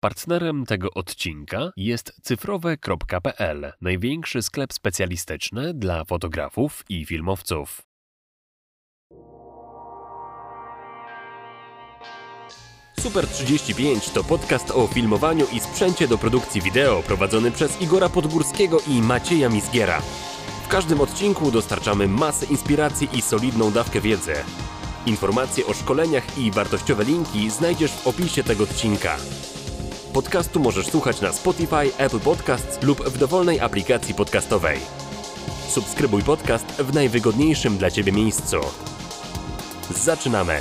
Partnerem tego odcinka jest cyfrowe.pl, największy sklep specjalistyczny dla fotografów i filmowców. Super 35 to podcast o filmowaniu i sprzęcie do produkcji wideo prowadzony przez Igora Podgórskiego i Macieja Mizgiera. W każdym odcinku dostarczamy masę inspiracji i solidną dawkę wiedzy. Informacje o szkoleniach i wartościowe linki znajdziesz w opisie tego odcinka. Podcastu możesz słuchać na Spotify, Apple Podcasts lub w dowolnej aplikacji podcastowej. Subskrybuj podcast w najwygodniejszym dla Ciebie miejscu. Zaczynamy!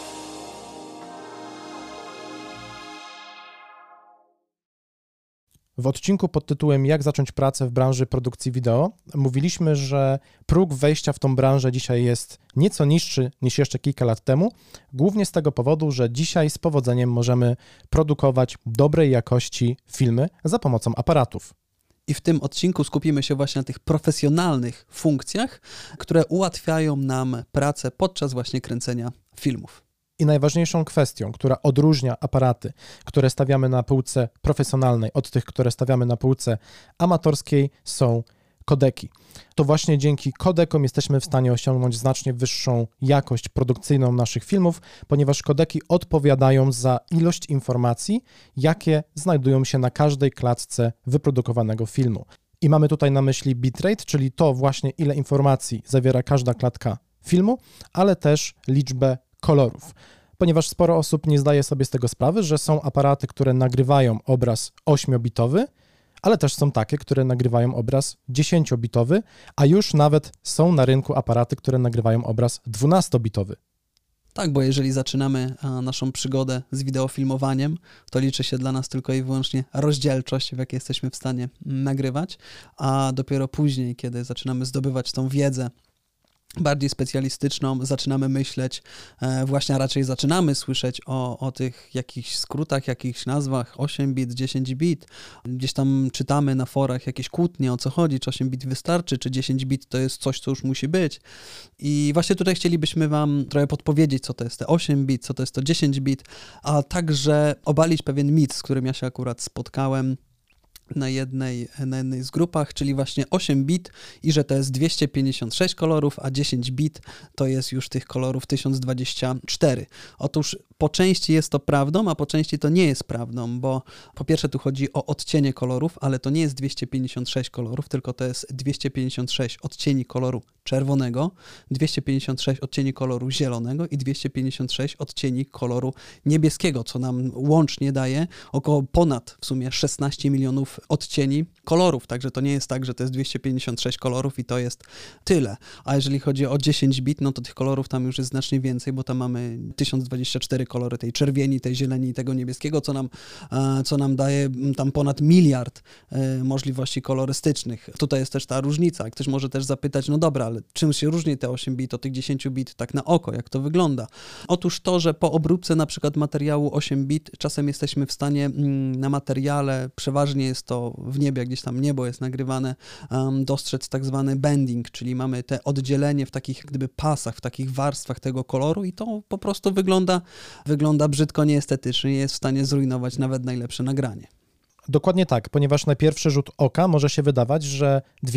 W odcinku pod tytułem Jak zacząć pracę w branży produkcji wideo mówiliśmy, że próg wejścia w tą branżę dzisiaj jest nieco niższy niż jeszcze kilka lat temu, głównie z tego powodu, że dzisiaj z powodzeniem możemy produkować dobrej jakości filmy za pomocą aparatów. I w tym odcinku skupimy się właśnie na tych profesjonalnych funkcjach, które ułatwiają nam pracę podczas właśnie kręcenia filmów. I najważniejszą kwestią, która odróżnia aparaty, które stawiamy na półce profesjonalnej od tych, które stawiamy na półce amatorskiej, są kodeki. To właśnie dzięki kodekom jesteśmy w stanie osiągnąć znacznie wyższą jakość produkcyjną naszych filmów, ponieważ kodeki odpowiadają za ilość informacji, jakie znajdują się na każdej klatce wyprodukowanego filmu. I mamy tutaj na myśli bitrate, czyli to właśnie ile informacji zawiera każda klatka filmu, ale też liczbę kolorów, ponieważ sporo osób nie zdaje sobie z tego sprawy, że są aparaty, które nagrywają obraz 8-bitowy, ale też są takie, które nagrywają obraz 10-bitowy, a już nawet są na rynku aparaty, które nagrywają obraz 12-bitowy. Tak, bo jeżeli zaczynamy naszą przygodę z wideofilmowaniem, to liczy się dla nas tylko i wyłącznie rozdzielczość, w jakiej jesteśmy w stanie nagrywać, a dopiero później, kiedy zaczynamy zdobywać tą wiedzę bardziej specjalistyczną, zaczynamy myśleć, właśnie raczej zaczynamy słyszeć o tych jakichś skrótach, jakichś nazwach 8 bit, 10 bit. Gdzieś tam czytamy na forach jakieś kłótnie, o co chodzi, czy 8 bit wystarczy, czy 10 bit to jest coś, co już musi być. I właśnie tutaj chcielibyśmy Wam trochę podpowiedzieć, co to jest te 8 bit, co to jest to 10 bit, a także obalić pewien mit, z którym ja się akurat spotkałem na jednej z grupach, czyli właśnie 8 bit i że to jest 256 kolorów, a 10 bit to jest już tych kolorów 1024. Otóż po części jest to prawdą, a po części to nie jest prawdą, bo po pierwsze tu chodzi o odcienie kolorów, ale to nie jest 256 kolorów, tylko to jest 256 odcieni koloru czerwonego, 256 odcieni koloru zielonego i 256 odcieni koloru niebieskiego, co nam łącznie daje około ponad w sumie 16 milionów odcieni kolorów, także to nie jest tak, że to jest 256 kolorów i to jest tyle. A jeżeli chodzi o 10 bit, no to tych kolorów tam już jest znacznie więcej, bo tam mamy 1024 kolory tej czerwieni, tej zieleni i tego niebieskiego, co nam daje tam ponad miliard możliwości kolorystycznych. Tutaj jest też ta różnica. Ktoś może też zapytać, no dobra, ale czym się różni te 8 bit od tych 10 bit tak na oko, jak to wygląda? Otóż to, że po obróbce na przykład materiału 8 bit czasem jesteśmy w stanie na materiale, przeważnie jest to w niebie, gdzieś tam niebo jest nagrywane, dostrzec tak zwany bending, czyli mamy te oddzielenie w takich jak gdyby pasach, w takich warstwach tego koloru i to po prostu wygląda brzydko, nieestetycznie i jest w stanie zrujnować nawet najlepsze nagranie. Dokładnie tak, ponieważ na pierwszy rzut oka może się wydawać, że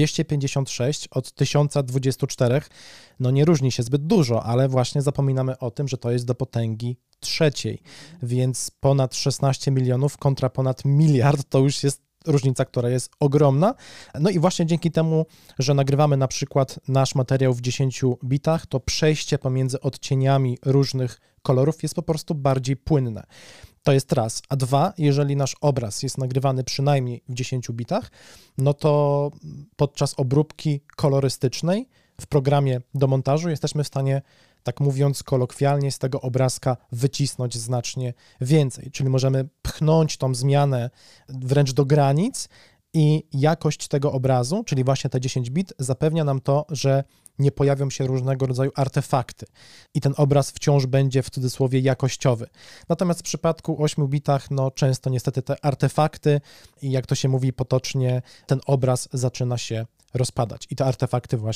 256 od 1024 no nie różni się zbyt dużo, ale właśnie zapominamy o tym, że to jest do potęgi trzeciej, więc ponad 16 milionów kontra ponad miliard to już jest różnica, która jest ogromna. No i właśnie dzięki temu, że nagrywamy na przykład nasz materiał w 10 bitach, to przejście pomiędzy odcieniami różnych kolorów jest po prostu bardziej płynne. To jest raz. A dwa, jeżeli nasz obraz jest nagrywany przynajmniej w 10 bitach, no to podczas obróbki kolorystycznej w programie do montażu jesteśmy w stanie, tak mówiąc kolokwialnie, z tego obrazka wycisnąć znacznie więcej. Czyli możemy pchnąć tą zmianę wręcz do granic i jakość tego obrazu, czyli właśnie te 10 bit, zapewnia nam to, że nie pojawią się różnego rodzaju artefakty i ten obraz wciąż będzie w cudzysłowie jakościowy. Natomiast w przypadku 8 bitach, no często niestety te artefakty i jak to się mówi potocznie, ten obraz zaczyna się rozpadać i te artefakty właśnie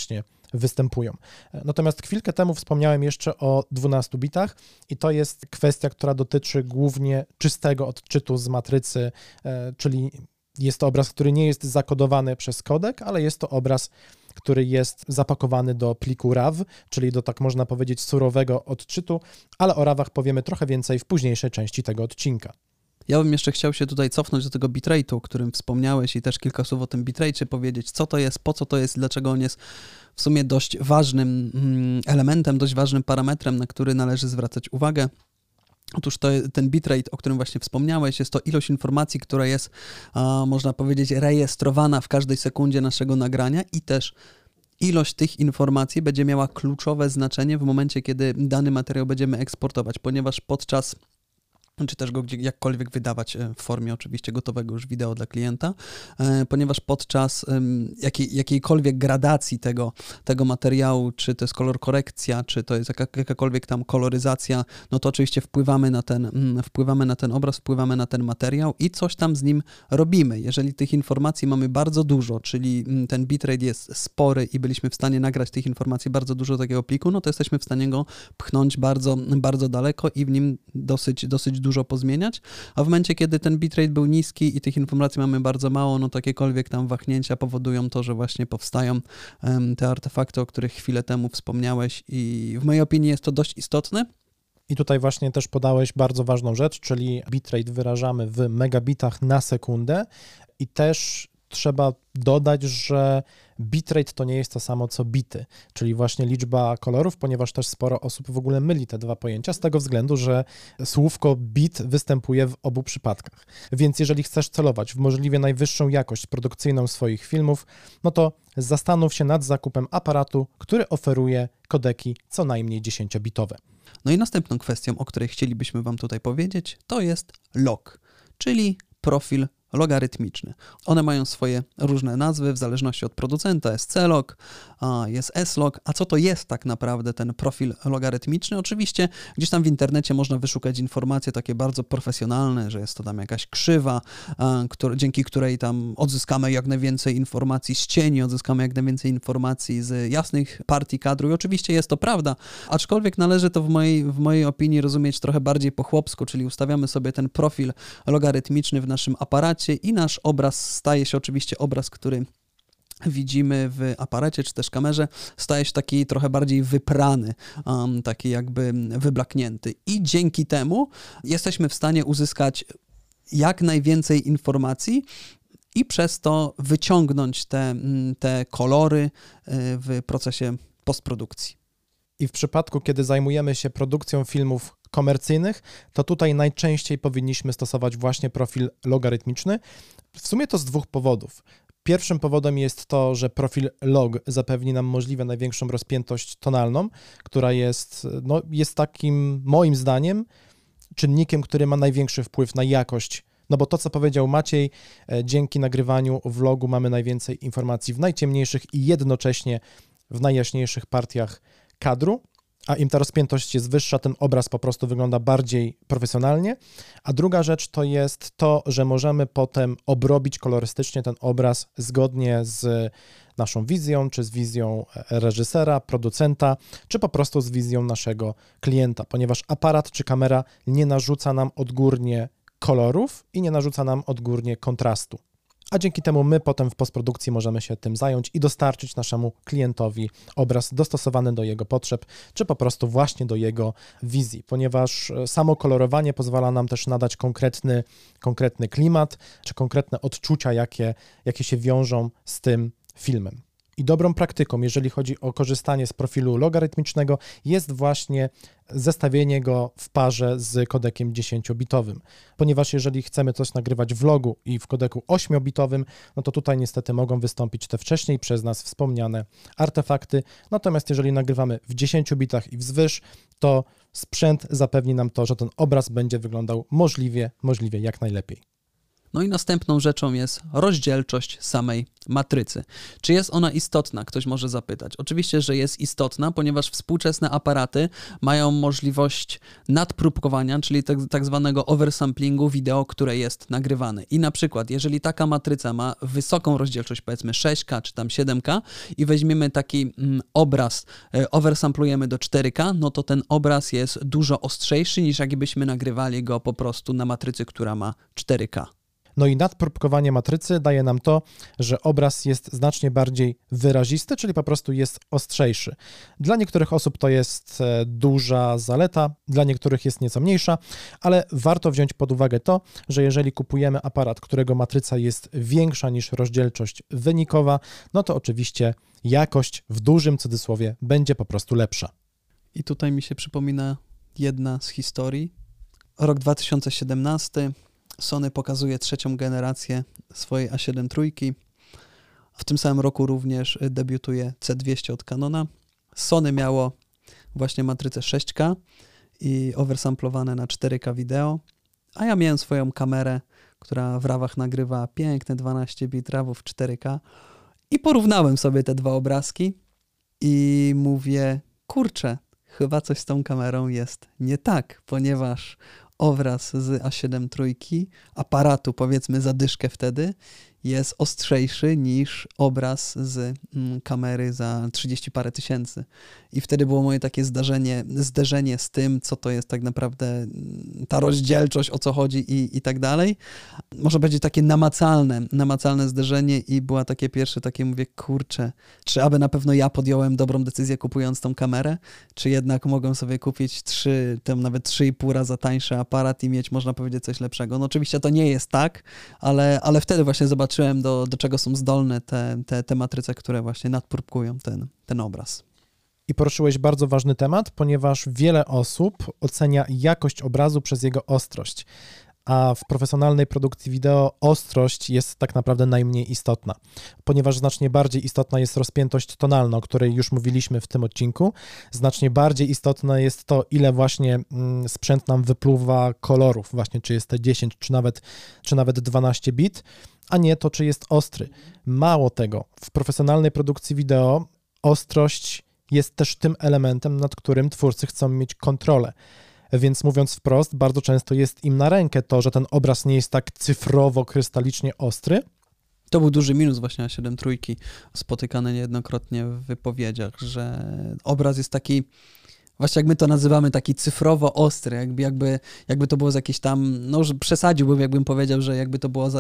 występują. Natomiast chwilkę temu wspomniałem jeszcze o 12 bitach i to jest kwestia, która dotyczy głównie czystego odczytu z matrycy, czyli jest to obraz, który nie jest zakodowany przez kodek, ale jest to obraz, który jest zapakowany do pliku RAW, czyli do, tak można powiedzieć, surowego odczytu, ale o RAWach powiemy trochę więcej w późniejszej części tego odcinka. Ja bym jeszcze chciał się tutaj cofnąć do tego bitrate'u, o którym wspomniałeś i też kilka słów o tym bitrate'cie powiedzieć, co to jest, po co to jest, dlaczego on jest w sumie dość ważnym elementem, dość ważnym parametrem, na który należy zwracać uwagę. Otóż ten bitrate, o którym właśnie wspomniałeś, jest to ilość informacji, która jest, można powiedzieć, rejestrowana w każdej sekundzie naszego nagrania i też ilość tych informacji będzie miała kluczowe znaczenie w momencie, kiedy dany materiał będziemy eksportować, ponieważ podczas czy też go jakkolwiek wydawać w formie oczywiście gotowego już wideo dla klienta, ponieważ podczas jakiejkolwiek gradacji tego materiału, czy to jest kolor korekcja, czy to jest jakakolwiek tam koloryzacja, no to oczywiście wpływamy na ten obraz, wpływamy na ten materiał i coś tam z nim robimy. Jeżeli tych informacji mamy bardzo dużo, czyli ten bitrate jest spory i byliśmy w stanie nagrać tych informacji bardzo dużo do takiego pliku, no to jesteśmy w stanie go pchnąć bardzo, bardzo daleko i w nim dosyć dużo pozmieniać, a w momencie, kiedy ten bitrate był niski i tych informacji mamy bardzo mało, no jakiekolwiek tam wahnięcia powodują to, że właśnie powstają te artefakty, o których chwilę temu wspomniałeś i w mojej opinii jest to dość istotne. I tutaj właśnie też podałeś bardzo ważną rzecz, czyli bitrate wyrażamy w megabitach na sekundę i też trzeba dodać, że bitrate to nie jest to samo co bity, czyli właśnie liczba kolorów, ponieważ też sporo osób w ogóle myli te dwa pojęcia z tego względu, że słówko bit występuje w obu przypadkach. Więc jeżeli chcesz celować w możliwie najwyższą jakość produkcyjną swoich filmów, no to zastanów się nad zakupem aparatu, który oferuje kodeki co najmniej 10-bitowe. No i następną kwestią, o której chcielibyśmy Wam tutaj powiedzieć, to jest log, czyli profil logarytmiczny. One mają swoje różne nazwy w zależności od producenta. Jest C-log, jest S-log. A co to jest tak naprawdę ten profil logarytmiczny? Oczywiście gdzieś tam w internecie można wyszukać informacje takie bardzo profesjonalne, że jest to tam jakaś krzywa, dzięki której tam odzyskamy jak najwięcej informacji z cieni, odzyskamy jak najwięcej informacji z jasnych partii kadru i oczywiście jest to prawda, aczkolwiek należy to w mojej opinii rozumieć trochę bardziej po chłopsku, czyli ustawiamy sobie ten profil logarytmiczny w naszym aparacie i nasz obraz staje się oczywiście obraz, który widzimy w aparacie czy też kamerze, staje się taki trochę bardziej wyprany, taki jakby wyblaknięty i dzięki temu jesteśmy w stanie uzyskać jak najwięcej informacji i przez to wyciągnąć te kolory w procesie postprodukcji. I w przypadku, kiedy zajmujemy się produkcją filmów komercyjnych, to tutaj najczęściej powinniśmy stosować właśnie profil logarytmiczny. W sumie to z dwóch powodów. Pierwszym powodem jest to, że profil log zapewni nam możliwie największą rozpiętość tonalną, która jest takim, moim zdaniem, czynnikiem, który ma największy wpływ na jakość. No bo to, co powiedział Maciej, dzięki nagrywaniu vlogu mamy najwięcej informacji w najciemniejszych i jednocześnie w najjaśniejszych partiach kadru, a im ta rozpiętość jest wyższa, ten obraz po prostu wygląda bardziej profesjonalnie. A druga rzecz to jest to, że możemy potem obrobić kolorystycznie ten obraz zgodnie z naszą wizją, czy z wizją reżysera, producenta, czy po prostu z wizją naszego klienta, ponieważ aparat czy kamera nie narzuca nam odgórnie kolorów i nie narzuca nam odgórnie kontrastu. A dzięki temu my potem w postprodukcji możemy się tym zająć i dostarczyć naszemu klientowi obraz dostosowany do jego potrzeb, czy po prostu właśnie do jego wizji, ponieważ samo kolorowanie pozwala nam też nadać konkretny klimat, czy konkretne odczucia, jakie się wiążą z tym filmem. I dobrą praktyką, jeżeli chodzi o korzystanie z profilu logarytmicznego, jest właśnie zestawienie go w parze z kodekiem 10-bitowym, ponieważ jeżeli chcemy coś nagrywać w logu i w kodeku 8-bitowym, no to tutaj niestety mogą wystąpić te wcześniej przez nas wspomniane artefakty, natomiast jeżeli nagrywamy w 10 bitach i wzwyż, to sprzęt zapewni nam to, że ten obraz będzie wyglądał możliwie jak najlepiej. No i następną rzeczą jest rozdzielczość samej matrycy. Czy jest ona istotna? Ktoś może zapytać. Oczywiście, że jest istotna, ponieważ współczesne aparaty mają możliwość nadpróbkowania, czyli tak zwanego oversamplingu wideo, które jest nagrywane. I na przykład, jeżeli taka matryca ma wysoką rozdzielczość, powiedzmy 6K czy tam 7K i weźmiemy taki obraz, oversamplujemy do 4K, no to ten obraz jest dużo ostrzejszy niż jakbyśmy nagrywali go po prostu na matrycy, która ma 4K. No i nadpróbkowanie matrycy daje nam to, że obraz jest znacznie bardziej wyrazisty, czyli po prostu jest ostrzejszy. Dla niektórych osób to jest duża zaleta, dla niektórych jest nieco mniejsza, ale warto wziąć pod uwagę to, że jeżeli kupujemy aparat, którego matryca jest większa niż rozdzielczość wynikowa, no to oczywiście jakość w dużym cudzysłowie będzie po prostu lepsza. I tutaj mi się przypomina jedna z historii. Rok 2017. Sony pokazuje 3. generację swojej A7 III. W tym samym roku również debiutuje C200 od Canona. Sony miało właśnie matrycę 6K i oversamplowane na 4K wideo, a ja miałem swoją kamerę, która w RAWach nagrywa piękne 12 bit RAWów 4K i porównałem sobie te dwa obrazki i mówię, kurczę, chyba coś z tą kamerą jest nie tak, ponieważ obraz z A7 III, aparatu powiedzmy za dyszkę wtedy, jest ostrzejszy niż obraz z kamery za 30 parę tysięcy. I wtedy było moje takie zderzenie z tym, co to jest tak naprawdę ta rozdzielczość, o co chodzi i tak dalej. Może będzie takie namacalne zderzenie i była takie pierwsze, mówię, kurczę, czy aby na pewno ja podjąłem dobrą decyzję kupując tą kamerę, czy jednak mogłem sobie kupić nawet 3,5 raza tańszy aparat i mieć, można powiedzieć, coś lepszego. No oczywiście to nie jest tak, ale wtedy właśnie zobaczyłem, do czego są zdolne te matryce, które właśnie nadpróbkują ten obraz. I poruszyłeś bardzo ważny temat, ponieważ wiele osób ocenia jakość obrazu przez jego ostrość, a w profesjonalnej produkcji wideo ostrość jest tak naprawdę najmniej istotna, ponieważ znacznie bardziej istotna jest rozpiętość tonalna, o której już mówiliśmy w tym odcinku. Znacznie bardziej istotne jest to, ile właśnie sprzęt nam wypluwa kolorów, właśnie czy jest te 10, czy nawet 12 bit, a nie to, czy jest ostry. Mało tego, w profesjonalnej produkcji wideo ostrość jest też tym elementem, nad którym twórcy chcą mieć kontrolę. Więc mówiąc wprost, bardzo często jest im na rękę to, że ten obraz nie jest tak cyfrowo, krystalicznie ostry. To był duży minus właśnie A7 III, spotykany niejednokrotnie w wypowiedziach, że obraz jest taki, właśnie jak my to nazywamy, taki cyfrowo ostry, jakby to było z jakiejś tam, no już przesadziłbym, jakbym powiedział, że jakby to było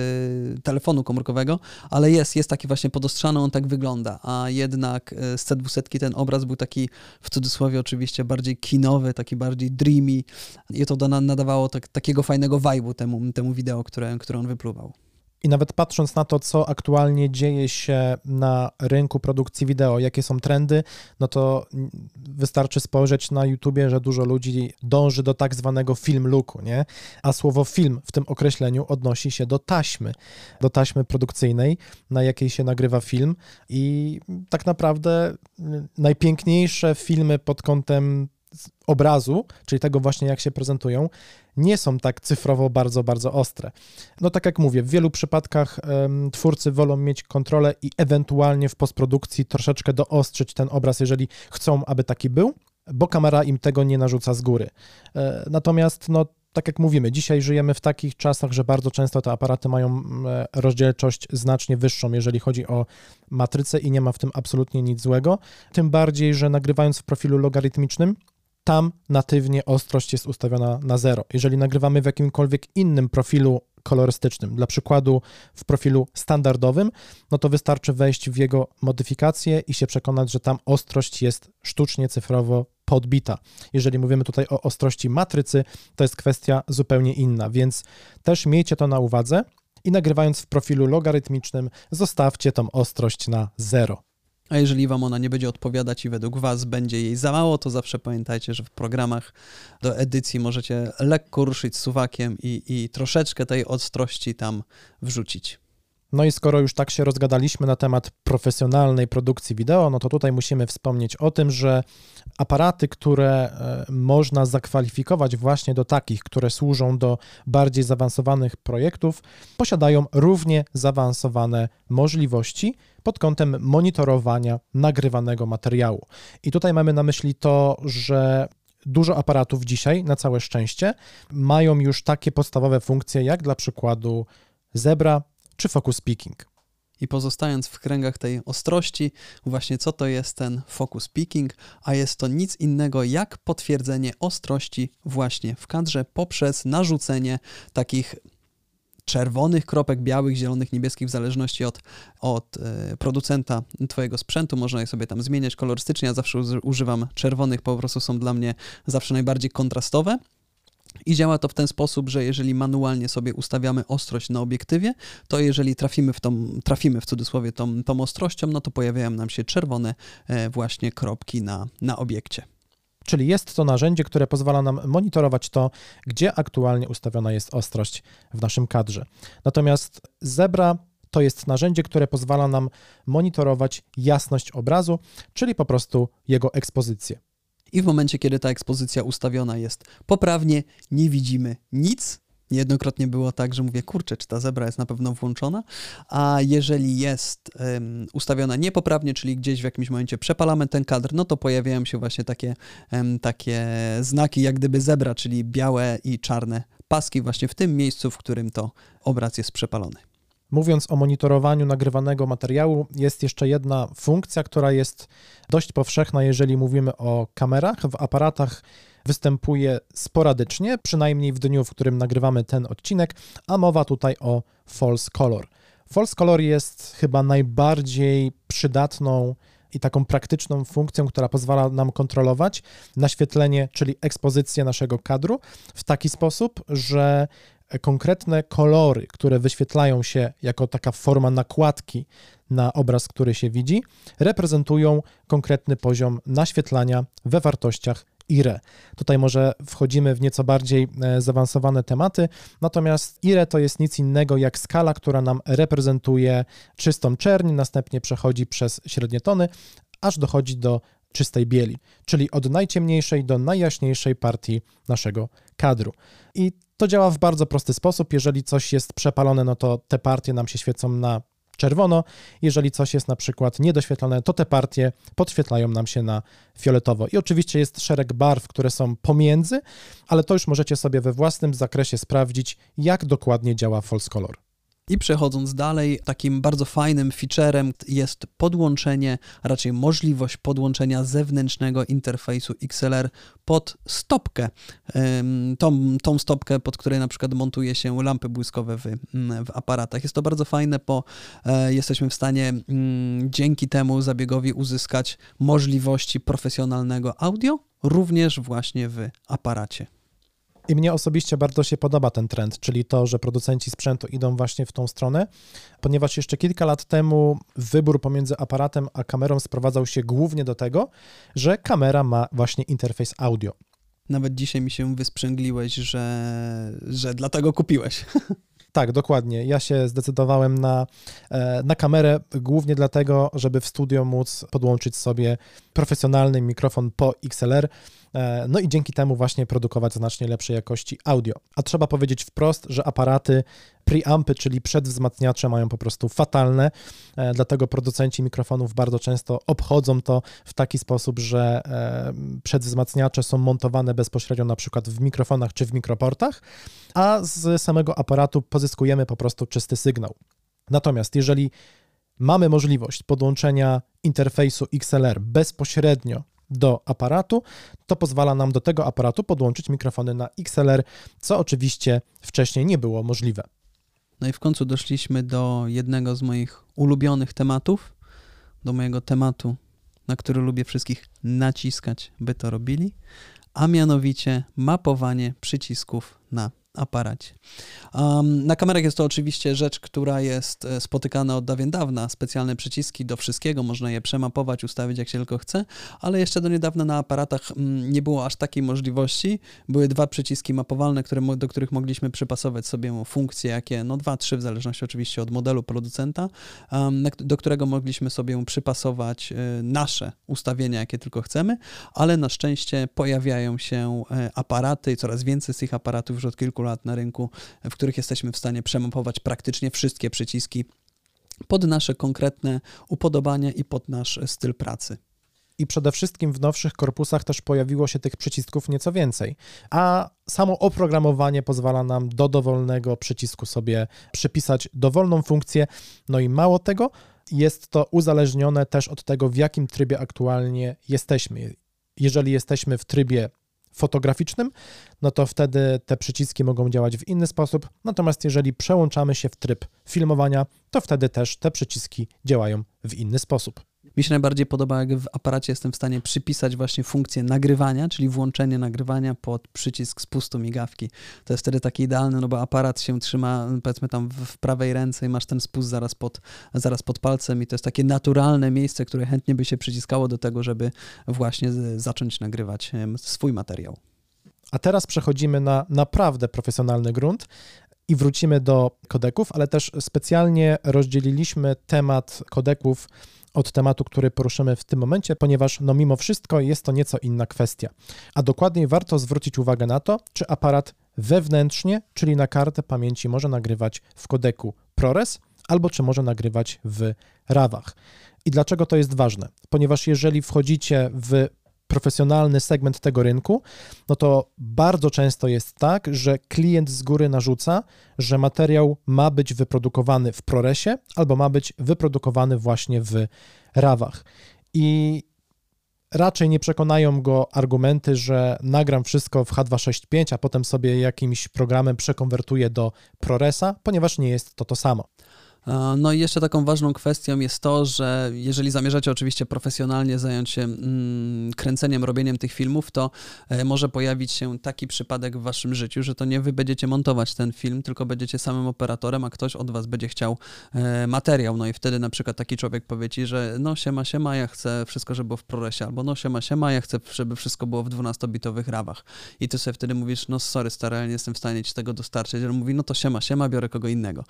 z telefonu komórkowego, ale jest taki właśnie podostrzany, on tak wygląda, a jednak z C200 ten obraz był taki, w cudzysłowie oczywiście, bardziej kinowy, taki bardziej dreamy i to nadawało takiego fajnego vibe'u temu wideo, które on wypluwał. I nawet patrząc na to, co aktualnie dzieje się na rynku produkcji wideo, jakie są trendy, no to wystarczy spojrzeć na YouTubie, że dużo ludzi dąży do tak zwanego film looku, nie? A słowo film w tym określeniu odnosi się do taśmy produkcyjnej, na jakiej się nagrywa film i tak naprawdę najpiękniejsze filmy pod kątem obrazu, czyli tego właśnie, jak się prezentują, nie są tak cyfrowo bardzo, bardzo ostre. No tak jak mówię, w wielu przypadkach twórcy wolą mieć kontrolę i ewentualnie w postprodukcji troszeczkę doostrzyć ten obraz, jeżeli chcą, aby taki był, bo kamera im tego nie narzuca z góry. Natomiast, no tak jak mówimy, dzisiaj żyjemy w takich czasach, że bardzo często te aparaty mają rozdzielczość znacznie wyższą, jeżeli chodzi o matrycę i nie ma w tym absolutnie nic złego. Tym bardziej, że nagrywając w profilu logarytmicznym, tam natywnie ostrość jest ustawiona na 0. Jeżeli nagrywamy w jakimkolwiek innym profilu kolorystycznym, dla przykładu w profilu standardowym, no to wystarczy wejść w jego modyfikację i się przekonać, że tam ostrość jest sztucznie cyfrowo podbita. Jeżeli mówimy tutaj o ostrości matrycy, to jest kwestia zupełnie inna, więc też miejcie to na uwadze i nagrywając w profilu logarytmicznym zostawcie tą ostrość na 0. A jeżeli wam ona nie będzie odpowiadać i według was będzie jej za mało, to zawsze pamiętajcie, że w programach do edycji możecie lekko ruszyć suwakiem i troszeczkę tej ostrości tam wrzucić. No i skoro już tak się rozgadaliśmy na temat profesjonalnej produkcji wideo, no to tutaj musimy wspomnieć o tym, że aparaty, które można zakwalifikować właśnie do takich, które służą do bardziej zaawansowanych projektów, posiadają równie zaawansowane możliwości pod kątem monitorowania nagrywanego materiału. I tutaj mamy na myśli to, że dużo aparatów dzisiaj, na całe szczęście, mają już takie podstawowe funkcje, jak dla przykładu Zebra czy Focus Peaking. I pozostając w kręgach tej ostrości, właśnie co to jest ten focus peaking, a jest to nic innego jak potwierdzenie ostrości właśnie w kadrze poprzez narzucenie takich czerwonych kropek, białych, zielonych, niebieskich, w zależności od producenta twojego sprzętu. Można je sobie tam zmieniać kolorystycznie. Ja zawsze używam czerwonych, po prostu są dla mnie zawsze najbardziej kontrastowe. I działa to w ten sposób, że jeżeli manualnie sobie ustawiamy ostrość na obiektywie, to jeżeli trafimy w cudzysłowie tą ostrością, no to pojawiają nam się czerwone właśnie kropki na obiekcie. Czyli jest to narzędzie, które pozwala nam monitorować to, gdzie aktualnie ustawiona jest ostrość w naszym kadrze. Natomiast Zebra to jest narzędzie, które pozwala nam monitorować jasność obrazu, czyli po prostu jego ekspozycję. I w momencie, kiedy ta ekspozycja ustawiona jest poprawnie, nie widzimy nic. Niejednokrotnie było tak, że mówię, kurczę, czy ta Zebra jest na pewno włączona, a jeżeli jest ustawiona niepoprawnie, czyli gdzieś w jakimś momencie przepalamy ten kadr, no to pojawiają się właśnie takie znaki jak gdyby Zebra, czyli białe i czarne paski właśnie w tym miejscu, w którym to obraz jest przepalony. Mówiąc o monitorowaniu nagrywanego materiału, jest jeszcze jedna funkcja, która jest dość powszechna, jeżeli mówimy o kamerach. W aparatach występuje sporadycznie, przynajmniej w dniu, w którym nagrywamy ten odcinek, a mowa tutaj o false color. False color jest chyba najbardziej przydatną i taką praktyczną funkcją, która pozwala nam kontrolować naświetlenie, czyli ekspozycję naszego kadru w taki sposób, że konkretne kolory, które wyświetlają się jako taka forma nakładki na obraz, który się widzi, reprezentują konkretny poziom naświetlania we wartościach IRE. Tutaj może wchodzimy w nieco bardziej zaawansowane tematy, natomiast IRE to jest nic innego jak skala, która nam reprezentuje czystą czerń, następnie przechodzi przez średnie tony, aż dochodzi do czystej bieli, czyli od najciemniejszej do najjaśniejszej partii naszego kadru. I to działa w bardzo prosty sposób. Jeżeli coś jest przepalone, no to te partie nam się świecą na czerwono. Jeżeli coś jest na przykład niedoświetlone, to te partie podświetlają nam się na fioletowo. I oczywiście jest szereg barw, które są pomiędzy, ale to już możecie sobie we własnym zakresie sprawdzić, jak dokładnie działa false color. I przechodząc dalej, takim bardzo fajnym featurem jest podłączenie, a raczej możliwość podłączenia zewnętrznego interfejsu XLR pod stopkę. Tą stopkę, pod której na przykład montuje się lampy błyskowe w aparatach. Jest to bardzo fajne, bo jesteśmy w stanie dzięki temu zabiegowi uzyskać możliwości profesjonalnego audio, również właśnie w aparacie. I mnie osobiście bardzo się podoba ten trend, czyli to, że producenci sprzętu idą właśnie w tą stronę, ponieważ jeszcze kilka lat temu wybór pomiędzy aparatem a kamerą sprowadzał się głównie do tego, że kamera ma właśnie interfejs audio. Nawet dzisiaj mi się wysprzęgliłeś, że dlatego kupiłeś. Tak, dokładnie. Ja się zdecydowałem na kamerę głównie dlatego, żeby w studio móc podłączyć sobie profesjonalny mikrofon po XLR, no i dzięki temu właśnie produkować znacznie lepszej jakości audio. A trzeba powiedzieć wprost, że aparaty preampy, czyli przedwzmacniacze mają po prostu fatalne, dlatego producenci mikrofonów bardzo często obchodzą to w taki sposób, że przedwzmacniacze są montowane bezpośrednio na przykład w mikrofonach czy w mikroportach, a z samego aparatu pozyskujemy po prostu czysty sygnał. Natomiast jeżeli mamy możliwość podłączenia interfejsu XLR bezpośrednio do aparatu, to pozwala nam do tego aparatu podłączyć mikrofony na XLR, co oczywiście wcześniej nie było możliwe. No i w końcu doszliśmy do jednego z moich ulubionych tematów, do mojego tematu, na który lubię wszystkich naciskać, by to robili, a mianowicie mapowanie przycisków na aparacie. Na kamerach jest to oczywiście rzecz, która jest spotykana od dawien dawna. Specjalne przyciski do wszystkiego, można je przemapować, ustawić jak się tylko chce, ale jeszcze do niedawna na aparatach nie było aż takiej możliwości. Były 2 przyciski mapowalne, do których mogliśmy przypasować sobie funkcje, jakie, 2, 3, w zależności oczywiście od modelu producenta, do którego mogliśmy sobie przypasować nasze ustawienia, jakie tylko chcemy, ale na szczęście pojawiają się aparaty i coraz więcej z tych aparatów już od kilku lat na rynku, w których jesteśmy w stanie przemapować praktycznie wszystkie przyciski pod nasze konkretne upodobania i pod nasz styl pracy. I przede wszystkim w nowszych korpusach też pojawiło się tych przycisków nieco więcej, a samo oprogramowanie pozwala nam do dowolnego przycisku sobie przypisać dowolną funkcję, no i mało tego, jest to uzależnione też od tego, w jakim trybie aktualnie jesteśmy. Jeżeli jesteśmy w trybie fotograficznym, no to wtedy te przyciski mogą działać w inny sposób, natomiast jeżeli przełączamy się w tryb filmowania, to wtedy też te przyciski działają w inny sposób. Mi się najbardziej podoba, jak w aparacie jestem w stanie przypisać właśnie funkcję nagrywania, czyli włączenie nagrywania pod przycisk spustu migawki. To jest wtedy taki idealny, no bo aparat się trzyma, powiedzmy tam w prawej ręce i masz ten spust zaraz pod palcem i to jest takie naturalne miejsce, które chętnie by się przyciskało do tego, żeby właśnie zacząć nagrywać swój materiał. A teraz przechodzimy na naprawdę profesjonalny grunt i wrócimy do kodeków, ale też specjalnie rozdzieliliśmy temat kodeków od tematu, który poruszymy w tym momencie, ponieważ mimo wszystko jest to nieco inna kwestia. A dokładniej warto zwrócić uwagę na to, czy aparat wewnętrznie, czyli na kartę pamięci, może nagrywać w kodeku ProRes, albo czy może nagrywać w RAW-ach. I dlaczego to jest ważne? Ponieważ jeżeli wchodzicie w profesjonalny segment tego rynku, no to bardzo często jest tak, że klient z góry narzuca, że materiał ma być wyprodukowany w ProResie albo ma być wyprodukowany właśnie w RAW-ach. I raczej nie przekonają go argumenty, że nagram wszystko w H265, a potem sobie jakimś programem przekonwertuję do ProResa, ponieważ nie jest to samo. No i jeszcze taką ważną kwestią jest to, że jeżeli zamierzacie oczywiście profesjonalnie zająć się kręceniem, robieniem tych filmów, to może pojawić się taki przypadek w waszym życiu, że to nie wy będziecie montować ten film, tylko będziecie samym operatorem, a ktoś od was będzie chciał materiał. No i wtedy na przykład taki człowiek powie ci, że no siema, ja chcę wszystko, żeby było w ProResie, albo no siema, ja chcę, żeby wszystko było w 12-bitowych RAW-ach. I ty sobie wtedy mówisz, no sorry stary, ale nie jestem w stanie ci tego dostarczyć. On mówi, no to siema, biorę kogo innego.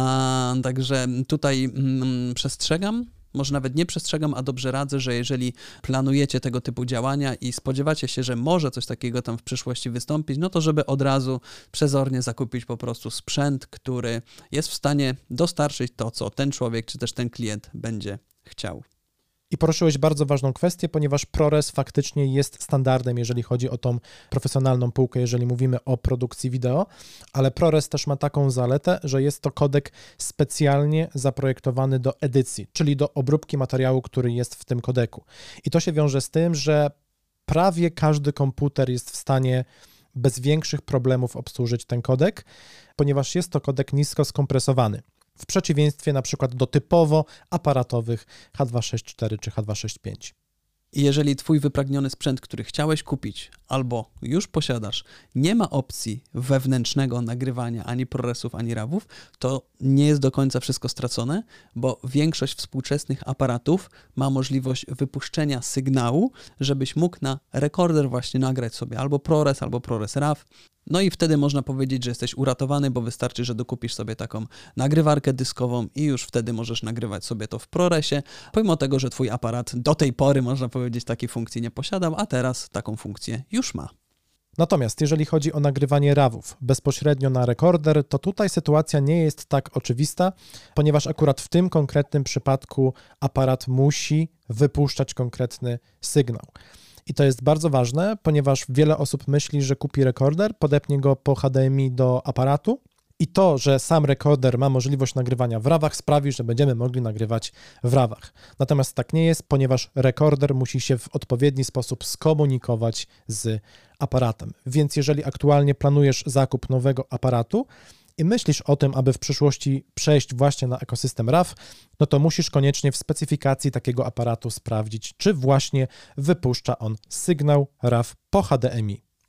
Także tutaj przestrzegam, może nawet nie przestrzegam, a dobrze radzę, że jeżeli planujecie tego typu działania i spodziewacie się, że może coś takiego tam w przyszłości wystąpić, no to żeby od razu przezornie zakupić po prostu sprzęt, który jest w stanie dostarczyć to, co ten człowiek czy też ten klient będzie chciał. I poruszyłeś bardzo ważną kwestię, ponieważ ProRes faktycznie jest standardem, jeżeli chodzi o tą profesjonalną półkę, jeżeli mówimy o produkcji wideo, ale ProRes też ma taką zaletę, że jest to kodek specjalnie zaprojektowany do edycji, czyli do obróbki materiału, który jest w tym kodeku. I to się wiąże z tym, że prawie każdy komputer jest w stanie bez większych problemów obsłużyć ten kodek, ponieważ jest to kodek nisko skompresowany. W przeciwieństwie na przykład do typowo aparatowych H264 czy H265. I jeżeli twój wypragniony sprzęt, który chciałeś kupić albo już posiadasz, nie ma opcji wewnętrznego nagrywania ani ProResów, ani RAW-ów, to nie jest do końca wszystko stracone, bo większość współczesnych aparatów ma możliwość wypuszczenia sygnału, żebyś mógł na rekorder właśnie nagrać sobie albo ProRes RAW. No i wtedy można powiedzieć, że jesteś uratowany, bo wystarczy, że dokupisz sobie taką nagrywarkę dyskową i już wtedy możesz nagrywać sobie to w ProResie, pomimo tego, że twój aparat do tej pory, można powiedzieć, takiej funkcji nie posiadał, a teraz taką funkcję już ma. Natomiast jeżeli chodzi o nagrywanie RAW-ów bezpośrednio na rekorder, to tutaj sytuacja nie jest tak oczywista, ponieważ akurat w tym konkretnym przypadku aparat musi wypuszczać konkretny sygnał. I to jest bardzo ważne, ponieważ wiele osób myśli, że kupi rekorder, podepnie go po HDMI do aparatu i to, że sam rekorder ma możliwość nagrywania w RAW-ach, sprawi, że będziemy mogli nagrywać w RAW-ach. Natomiast tak nie jest, ponieważ rekorder musi się w odpowiedni sposób skomunikować z aparatem. Więc jeżeli aktualnie planujesz zakup nowego aparatu i myślisz o tym, aby w przyszłości przejść właśnie na ekosystem RAW, no to musisz koniecznie w specyfikacji takiego aparatu sprawdzić, czy właśnie wypuszcza on sygnał RAW po HDMI.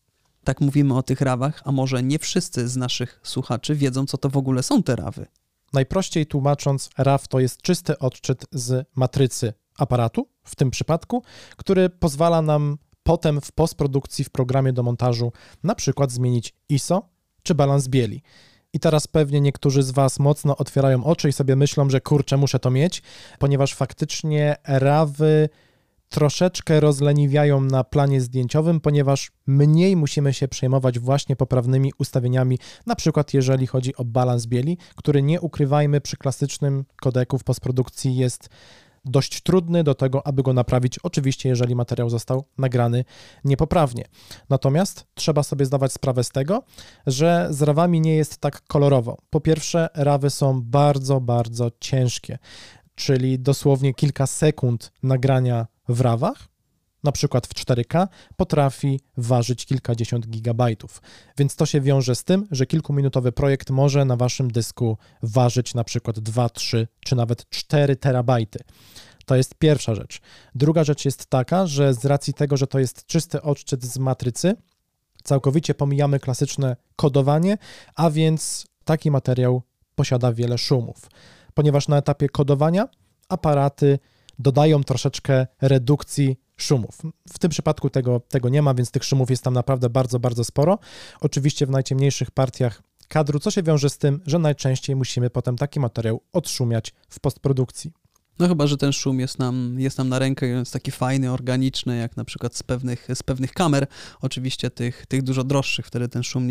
tak mówimy o tych rawach, a może nie wszyscy z naszych słuchaczy wiedzą, co to w ogóle są te rawy. Najprościej tłumacząc, RAW to jest czysty odczyt z matrycy aparatu, w tym przypadku, który pozwala nam potem w postprodukcji w programie do montażu na przykład zmienić ISO czy balans bieli. I teraz pewnie niektórzy z Was mocno otwierają oczy i sobie myślą, że kurczę, muszę to mieć, ponieważ faktycznie RAWy troszeczkę rozleniwiają na planie zdjęciowym, ponieważ mniej musimy się przejmować właśnie poprawnymi ustawieniami, na przykład jeżeli chodzi o balans bieli, który nie ukrywajmy przy klasycznym kodeku w postprodukcji jest dość trudny do tego, aby go naprawić, oczywiście jeżeli materiał został nagrany niepoprawnie. Natomiast trzeba sobie zdawać sprawę z tego, że z rawami nie jest tak kolorowo. Po pierwsze, rawy są bardzo, bardzo ciężkie, czyli dosłownie kilka sekund nagrania w rawach, na przykład w 4K, potrafi ważyć kilkadziesiąt gigabajtów. Więc to się wiąże z tym, że kilkuminutowy projekt może na waszym dysku ważyć na przykład 2, 3 czy nawet 4 terabajty. To jest pierwsza rzecz. Druga rzecz jest taka, że z racji tego, że to jest czysty odczyt z matrycy, całkowicie pomijamy klasyczne kodowanie, a więc taki materiał posiada wiele szumów. Ponieważ na etapie kodowania aparaty dodają troszeczkę redukcji szumów. W tym przypadku tego nie ma, więc tych szumów jest tam naprawdę bardzo, bardzo sporo. Oczywiście w najciemniejszych partiach kadru, co się wiąże z tym, że najczęściej musimy potem taki materiał odszumiać w postprodukcji. No chyba, że ten szum jest nam na rękę i on jest taki fajny, organiczny, jak na przykład z pewnych kamer, oczywiście tych dużo droższych, wtedy ten szum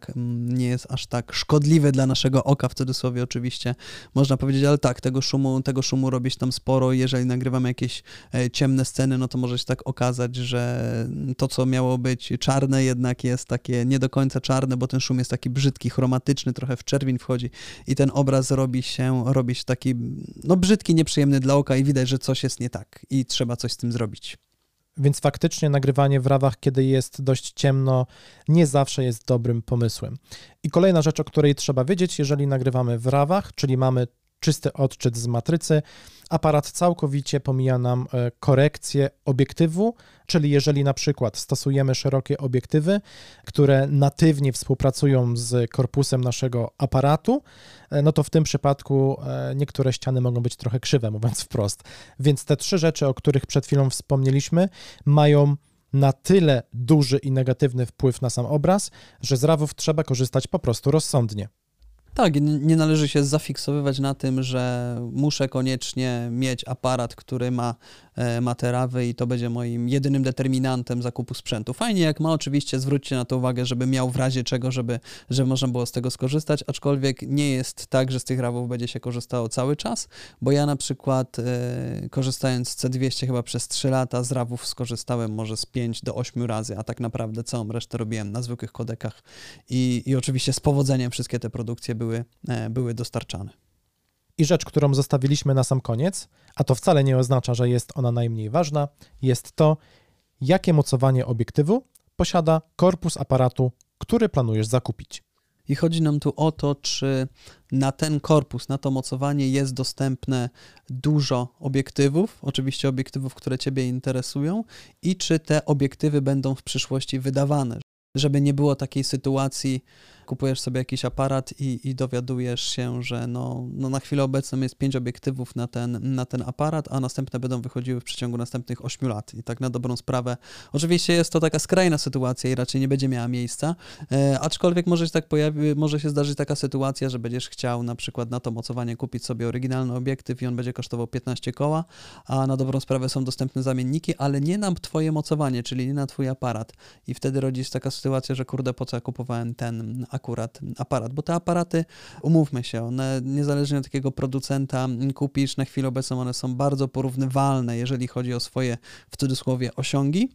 nie jest aż tak szkodliwy dla naszego oka, w cudzysłowie oczywiście można powiedzieć, ale tak, tego szumu robić tam sporo i jeżeli nagrywamy jakieś ciemne sceny, no to może się tak okazać, że to, co miało być czarne, jednak jest takie nie do końca czarne, bo ten szum jest taki brzydki, chromatyczny, trochę w czerwień wchodzi i ten obraz robi się taki, no brzydki, nieprzyjemny dla oka i widać, że coś jest nie tak i trzeba coś z tym zrobić. Więc faktycznie nagrywanie w rawach, kiedy jest dość ciemno, nie zawsze jest dobrym pomysłem. I kolejna rzecz, o której trzeba wiedzieć, jeżeli nagrywamy w rawach, czyli mamy czysty odczyt z matrycy, aparat całkowicie pomija nam korekcję obiektywu, czyli jeżeli na przykład stosujemy szerokie obiektywy, które natywnie współpracują z korpusem naszego aparatu, no to w tym przypadku niektóre ściany mogą być trochę krzywe, mówiąc wprost. Więc te trzy rzeczy, o których przed chwilą wspomnieliśmy, mają na tyle duży i negatywny wpływ na sam obraz, że z rawów trzeba korzystać po prostu rozsądnie. Tak, nie należy się zafiksowywać na tym, że muszę koniecznie mieć aparat, który ma te rawy i to będzie moim jedynym determinantem zakupu sprzętu. Fajnie jak ma, oczywiście zwróćcie na to uwagę, żeby miał w razie czego, żeby można było z tego skorzystać, aczkolwiek nie jest tak, że z tych rawów będzie się korzystało cały czas, bo ja na przykład korzystając z C200 chyba przez 3 lata z rawów skorzystałem może z 5 do 8 razy, a tak naprawdę całą resztę robiłem na zwykłych kodekach i oczywiście z powodzeniem wszystkie te produkcje były dostarczane. I rzecz, którą zostawiliśmy na sam koniec, a to wcale nie oznacza, że jest ona najmniej ważna, jest to, jakie mocowanie obiektywu posiada korpus aparatu, który planujesz zakupić. I chodzi nam tu o to, czy na ten korpus, na to mocowanie jest dostępne dużo obiektywów, oczywiście obiektywów, które Ciebie interesują i czy te obiektywy będą w przyszłości wydawane, żeby nie było takiej sytuacji, kupujesz sobie jakiś aparat i dowiadujesz się, że no na chwilę obecną jest 5 obiektywów na ten aparat, a następne będą wychodziły w przeciągu następnych 8 lat. I tak na dobrą sprawę, oczywiście jest to taka skrajna sytuacja i raczej nie będzie miała miejsca, aczkolwiek może się zdarzyć taka sytuacja, że będziesz chciał na przykład na to mocowanie kupić sobie oryginalny obiektyw i on będzie kosztował 15 koła, a na dobrą sprawę są dostępne zamienniki, ale nie na twoje mocowanie, czyli nie na twój aparat. I wtedy rodzi się taka sytuacja, że kurde, po co ja kupowałem ten akurat aparat, bo te aparaty, umówmy się, one niezależnie od jakiego producenta kupisz, na chwilę obecną one są bardzo porównywalne, jeżeli chodzi o swoje, w cudzysłowie, osiągi.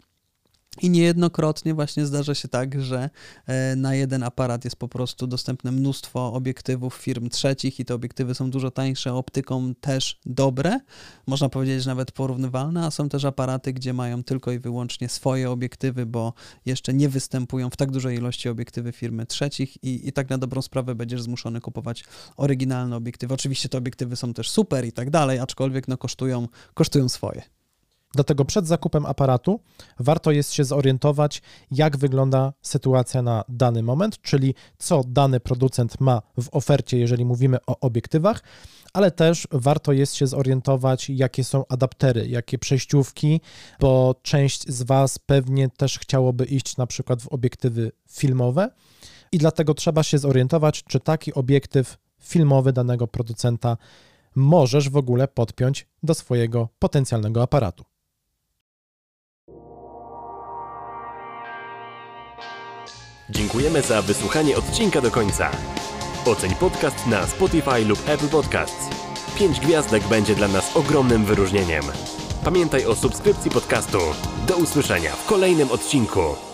I niejednokrotnie właśnie zdarza się tak, że na jeden aparat jest po prostu dostępne mnóstwo obiektywów firm trzecich i te obiektywy są dużo tańsze, optyką też dobre, można powiedzieć, że nawet porównywalne, a są też aparaty, gdzie mają tylko i wyłącznie swoje obiektywy, bo jeszcze nie występują w tak dużej ilości obiektywy firmy trzecich i tak na dobrą sprawę będziesz zmuszony kupować oryginalne obiektywy. Oczywiście te obiektywy są też super i tak dalej, aczkolwiek no kosztują swoje. Dlatego przed zakupem aparatu warto jest się zorientować, jak wygląda sytuacja na dany moment, czyli co dany producent ma w ofercie, jeżeli mówimy o obiektywach, ale też warto jest się zorientować, jakie są adaptery, jakie przejściówki, bo część z Was pewnie też chciałoby iść na przykład w obiektywy filmowe i dlatego trzeba się zorientować, czy taki obiektyw filmowy danego producenta możesz w ogóle podpiąć do swojego potencjalnego aparatu. Dziękujemy za wysłuchanie odcinka do końca. Oceń podcast na Spotify lub Apple Podcasts. 5 gwiazdek będzie dla nas ogromnym wyróżnieniem. Pamiętaj o subskrypcji podcastu. Do usłyszenia w kolejnym odcinku.